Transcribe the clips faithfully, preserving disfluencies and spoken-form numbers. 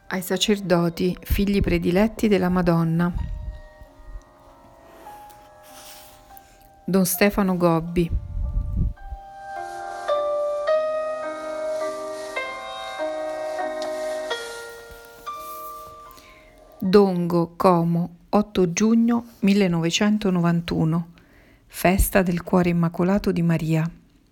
Ai sacerdoti, figli prediletti della Madonna. Don Stefano Gobbi. Dongo, Como, otto giugno millenovecentonovantuno. Festa del Cuore Immacolato di Maria.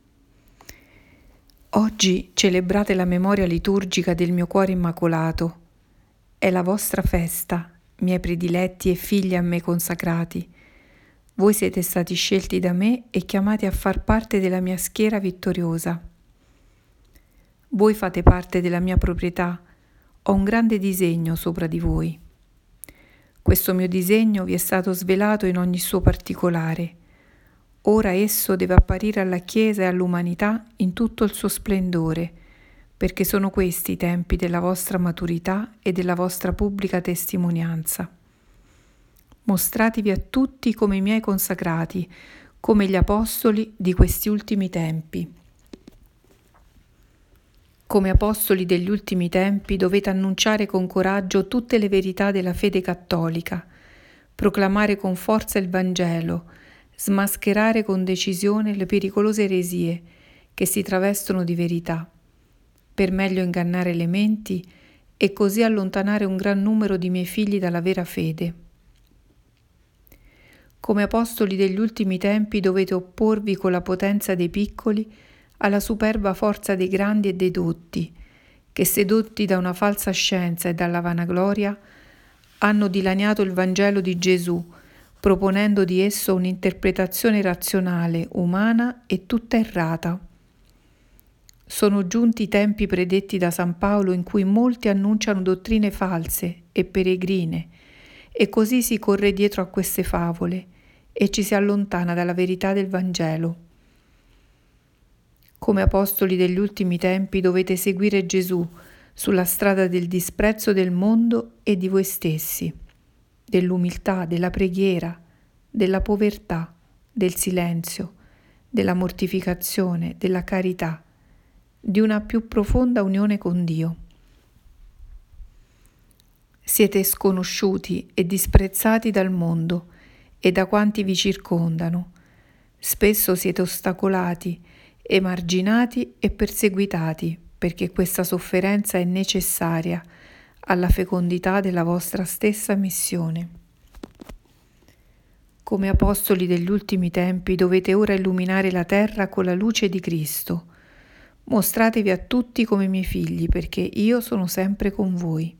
Oggi celebrate la memoria liturgica del mio Cuore Immacolato. È la vostra festa, miei prediletti e figli a me consacrati. Voi siete stati scelti da me e chiamati a far parte della mia schiera vittoriosa. Voi fate parte della mia proprietà. Ho un grande disegno sopra di voi. Questo mio disegno vi è stato svelato in ogni suo particolare. Ora esso deve apparire alla Chiesa e all'umanità in tutto il suo splendore, perché sono questi i tempi della vostra maturità e della vostra pubblica testimonianza. Mostratevi a tutti come i miei consacrati, come gli apostoli di questi ultimi tempi. Come apostoli degli ultimi tempi dovete annunciare con coraggio tutte le verità della fede cattolica, proclamare con forza il Vangelo, smascherare con decisione le pericolose eresie che si travestono di verità, per meglio ingannare le menti e così allontanare un gran numero di miei figli dalla vera fede. Come apostoli degli ultimi tempi dovete opporvi con la potenza dei piccoli alla superba forza dei grandi e dei dotti, che sedotti da una falsa scienza e dalla vanagloria hanno dilaniato il Vangelo di Gesù, proponendo di esso un'interpretazione razionale, umana e tutta errata. Sono giunti i tempi predetti da San Paolo in cui molti annunciano dottrine false e peregrine, e così si corre dietro a queste favole e ci si allontana dalla verità del Vangelo. Come apostoli degli ultimi tempi dovete seguire Gesù sulla strada del disprezzo del mondo e di voi stessi, dell'umiltà, della preghiera, della povertà, del silenzio, della mortificazione, della carità, di una più profonda unione con Dio. Siete sconosciuti e disprezzati dal mondo e da quanti vi circondano. Spesso siete ostacolati, emarginati e perseguitati, perché questa sofferenza è necessaria alla fecondità della vostra stessa missione. Come apostoli degli ultimi tempi dovete ora illuminare la terra con la luce di Cristo. Mostratevi a tutti come miei figli, perché io sono sempre con voi.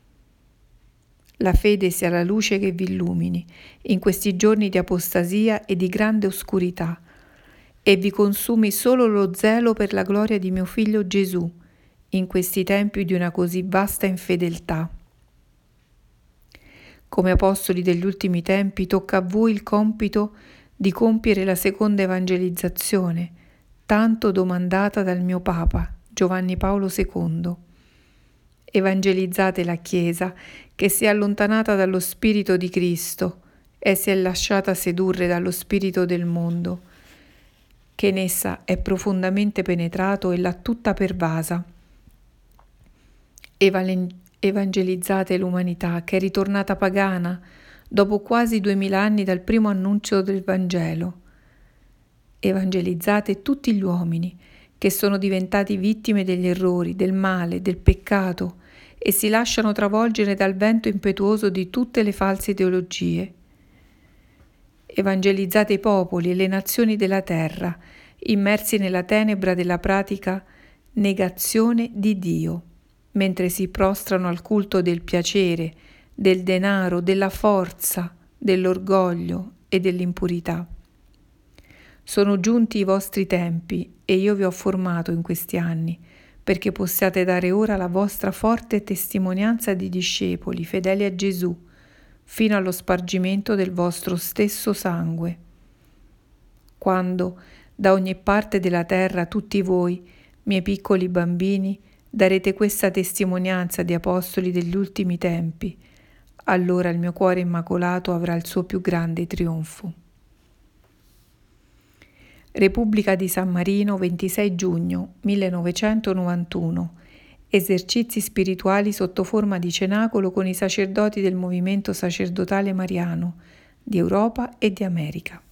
La fede sia la luce che vi illumini in questi giorni di apostasia e di grande oscurità, e vi consumi solo lo zelo per la gloria di mio Figlio Gesù, in questi tempi di una così vasta infedeltà. Come apostoli degli ultimi tempi tocca a voi il compito di compiere la seconda evangelizzazione, tanto domandata dal mio Papa, Giovanni Paolo secondo. Evangelizzate la Chiesa, che si è allontanata dallo Spirito di Cristo e si è lasciata sedurre dallo spirito del mondo, che in essa è profondamente penetrato e l'ha tutta pervasa. Evangelizzate l'umanità che è ritornata pagana dopo quasi duemila anni dal primo annuncio del Vangelo. Evangelizzate tutti gli uomini che sono diventati vittime degli errori, del male, del peccato e si lasciano travolgere dal vento impetuoso di tutte le false ideologie. Evangelizzate i popoli e le nazioni della terra, immersi nella tenebra della pratica negazione di Dio, mentre si prostrano al culto del piacere, del denaro, della forza, dell'orgoglio e dell'impurità. Sono giunti i vostri tempi e io vi ho formato in questi anni, perché possiate dare ora la vostra forte testimonianza di discepoli fedeli a Gesù, fino allo spargimento del vostro stesso sangue. Quando da ogni parte della terra tutti voi, miei piccoli bambini, darete questa testimonianza di apostoli degli ultimi tempi, allora il mio cuore immacolato avrà il suo più grande trionfo. Repubblica di San Marino, ventisei giugno millenovecentonovantuno, esercizi spirituali sotto forma di cenacolo con i sacerdoti del movimento sacerdotale mariano di Europa e di America.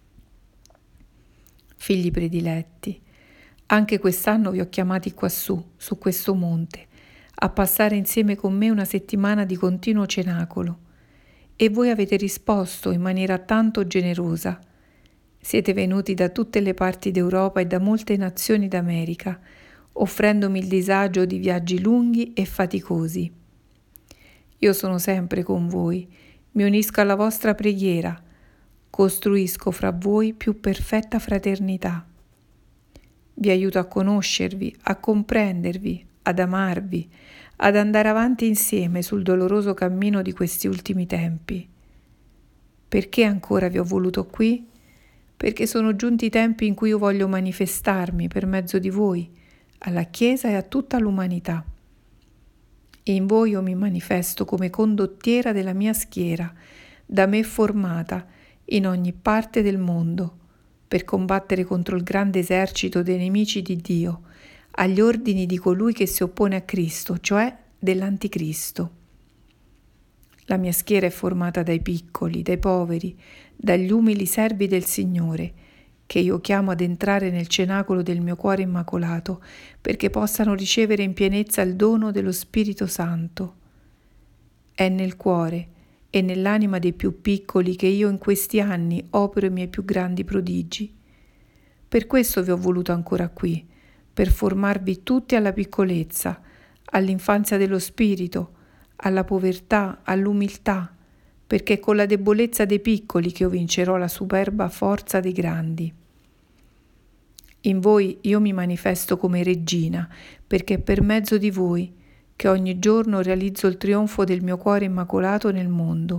Figli prediletti, anche quest'anno vi ho chiamati quassù, su questo monte, a passare insieme con me una settimana di continuo cenacolo, e voi avete risposto in maniera tanto generosa. Siete venuti da tutte le parti d'Europa e da molte nazioni d'America, offrendomi il disagio di viaggi lunghi e faticosi. Io sono sempre con voi, mi unisco alla vostra preghiera, costruisco fra voi più perfetta fraternità. Vi aiuto a conoscervi, a comprendervi, ad amarvi, ad andare avanti insieme sul doloroso cammino di questi ultimi tempi. Perché ancora vi ho voluto qui? Perché sono giunti i tempi in cui io voglio manifestarmi per mezzo di voi, alla Chiesa e a tutta l'umanità. In voi io mi manifesto come condottiera della mia schiera, da me formata in ogni parte del mondo, per combattere contro il grande esercito dei nemici di Dio, agli ordini di colui che si oppone a Cristo, cioè dell'Anticristo. La mia schiera è formata dai piccoli, dai poveri, dagli umili servi del Signore, che io chiamo ad entrare nel cenacolo del mio cuore immacolato, perché possano ricevere in pienezza il dono dello Spirito Santo. È nel cuore e nell'anima dei più piccoli che io in questi anni opero i miei più grandi prodigi. Per questo vi ho voluto ancora qui, per formarvi tutti alla piccolezza, all'infanzia dello spirito, alla povertà, all'umiltà, perché è con la debolezza dei piccoli che io vincerò la superba forza dei grandi. In voi io mi manifesto come regina, perché è per mezzo di voi che ogni giorno realizzo il trionfo del mio cuore immacolato nel mondo.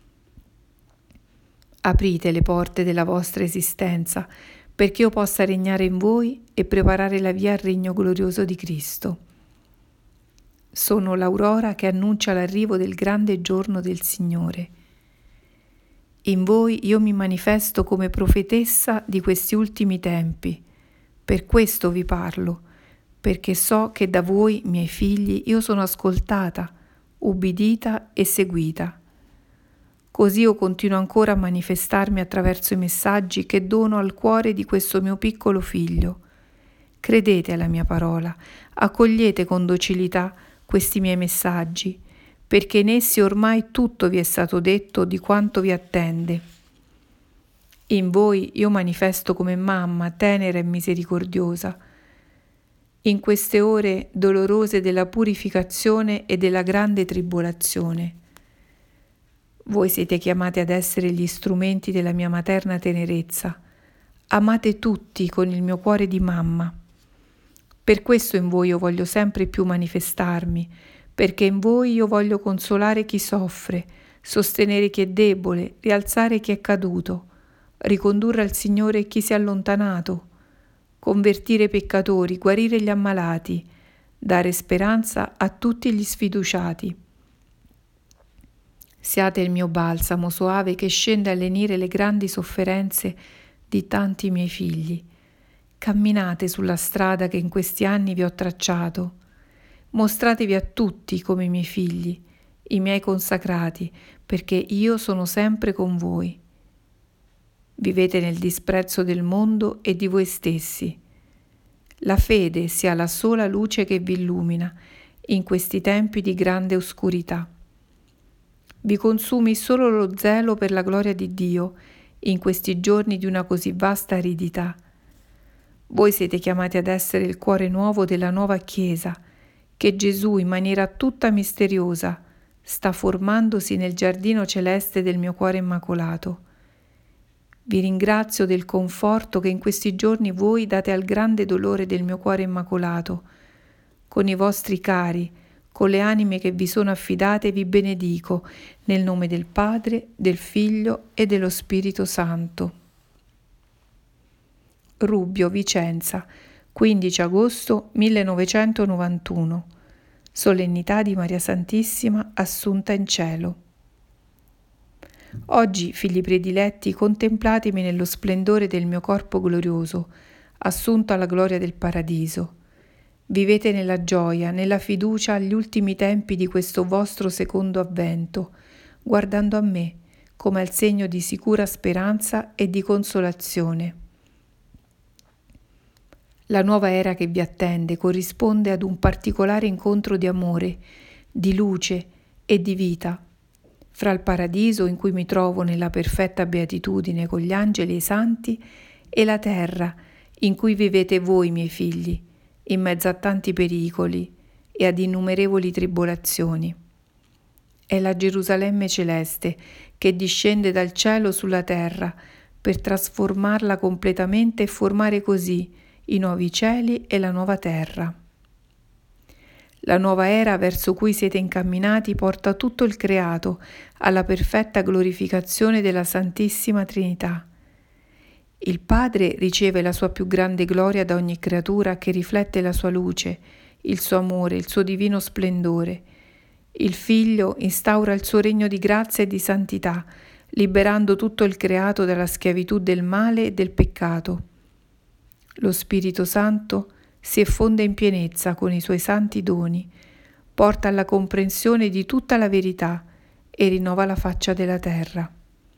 Aprite le porte della vostra esistenza, perché io possa regnare in voi e preparare la via al regno glorioso di Cristo. Sono l'aurora che annuncia l'arrivo del grande giorno del Signore. In voi io mi manifesto come profetessa di questi ultimi tempi. Per questo vi parlo, perché so che da voi, miei figli, io sono ascoltata, ubbidita e seguita. Così io continuo ancora a manifestarmi attraverso i messaggi che dono al cuore di questo mio piccolo figlio. Credete alla mia parola, accogliete con docilità questi miei messaggi, perché in essi ormai tutto vi è stato detto di quanto vi attende. In voi io manifesto come mamma tenera e misericordiosa, in queste ore dolorose della purificazione e della grande tribolazione. Voi siete chiamati ad essere gli strumenti della mia materna tenerezza. Amate tutti con il mio cuore di mamma. Per questo in voi io voglio sempre più manifestarmi, perché in voi io voglio consolare chi soffre, sostenere chi è debole, rialzare chi è caduto, ricondurre al Signore chi si è allontanato, convertire i peccatori, guarire gli ammalati, dare speranza a tutti gli sfiduciati. Siate il mio balsamo soave che scende a lenire le grandi sofferenze di tanti miei figli. Camminate sulla strada che in questi anni vi ho tracciato. Mostratevi a tutti come i miei figli, i miei consacrati, perché io sono sempre con voi. Vivete nel disprezzo del mondo e di voi stessi. La fede sia la sola luce che vi illumina in questi tempi di grande oscurità. Vi consumi solo lo zelo per la gloria di Dio in questi giorni di una così vasta aridità. Voi siete chiamati ad essere il cuore nuovo della nuova Chiesa, che Gesù in maniera tutta misteriosa sta formandosi nel giardino celeste del mio cuore immacolato. Vi ringrazio del conforto che in questi giorni voi date al grande dolore del mio cuore immacolato. Con i vostri cari, con le anime che vi sono affidate, vi benedico nel nome del Padre, del Figlio e dello Spirito Santo. Rubbio, Vicenza, quindici agosto millenovecentonovantuno. Solennità di Maria Santissima assunta in cielo. Oggi, figli prediletti, contemplatemi nello splendore del mio corpo glorioso, assunto alla gloria del paradiso. Vivete nella gioia, nella fiducia agli ultimi tempi di questo vostro secondo avvento, guardando a me come al segno di sicura speranza e di consolazione. La nuova era che vi attende corrisponde ad un particolare incontro di amore, di luce e di vita, fra il paradiso in cui mi trovo nella perfetta beatitudine con gli angeli e i santi e la terra in cui vivete voi, miei figli, in mezzo a tanti pericoli e ad innumerevoli tribolazioni. È la Gerusalemme celeste che discende dal cielo sulla terra per trasformarla completamente e formare così i nuovi cieli e la nuova terra. La nuova era verso cui siete incamminati porta tutto il creato alla perfetta glorificazione della Santissima Trinità. Il Padre riceve la sua più grande gloria da ogni creatura che riflette la sua luce, il suo amore, il suo divino splendore. Il Figlio instaura il suo regno di grazia e di santità, liberando tutto il creato dalla schiavitù del male e del peccato. Lo Spirito Santo si effonde in pienezza con i suoi santi doni, porta alla comprensione di tutta la verità e rinnova la faccia della terra.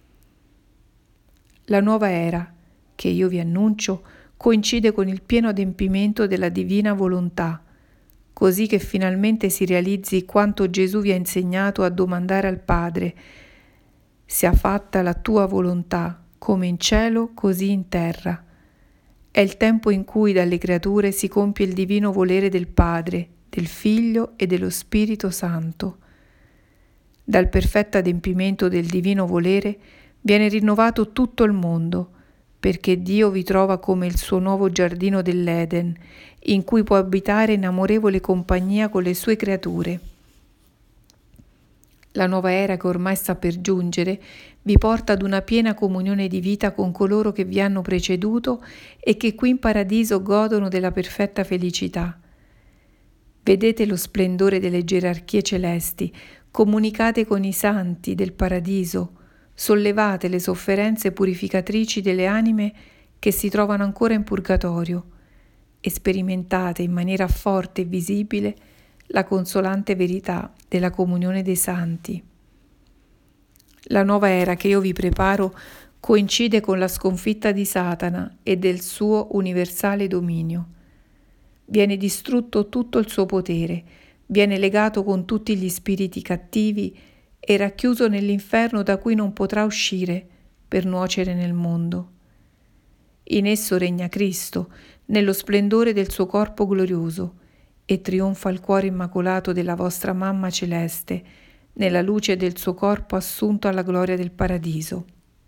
La nuova era, che io vi annuncio, coincide con il pieno adempimento della divina volontà, così che finalmente si realizzi quanto Gesù vi ha insegnato a domandare al Padre: sia fatta la tua volontà, come in cielo, così in terra. È il tempo in cui dalle creature si compie il divino volere del Padre, del Figlio e dello Spirito Santo. Dal perfetto adempimento del divino volere viene rinnovato tutto il mondo, perché Dio vi trova come il suo nuovo giardino dell'Eden, in cui può abitare in amorevole compagnia con le sue creature. La nuova era che ormai sta per giungere vi porta ad una piena comunione di vita con coloro che vi hanno preceduto e che qui in paradiso godono della perfetta felicità. Vedete lo splendore delle gerarchie celesti, comunicate con i santi del paradiso, sollevate le sofferenze purificatrici delle anime che si trovano ancora in purgatorio e sperimentate in maniera forte e visibile la consolante verità della comunione dei santi. La nuova era che io vi preparo coincide con la sconfitta di Satana e del suo universale dominio. Viene distrutto tutto il suo potere, viene legato con tutti gli spiriti cattivi e racchiuso nell'inferno da cui non potrà uscire per nuocere nel mondo. In esso regna Cristo, nello splendore del suo corpo glorioso, e trionfa il cuore immacolato della vostra Mamma Celeste, nella luce del suo corpo assunto alla gloria del paradiso.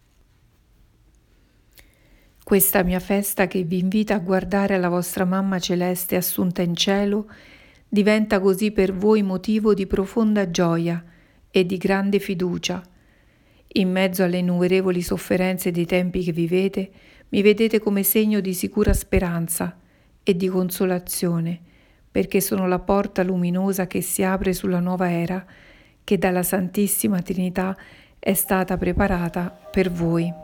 Questa mia festa che vi invita a guardare alla vostra Mamma Celeste assunta in cielo diventa così per voi motivo di profonda gioia e di grande fiducia. In mezzo alle innumerevoli sofferenze dei tempi che vivete, mi vedete come segno di sicura speranza e di consolazione, perché sono la porta luminosa che si apre sulla nuova era che dalla Santissima Trinità è stata preparata per voi.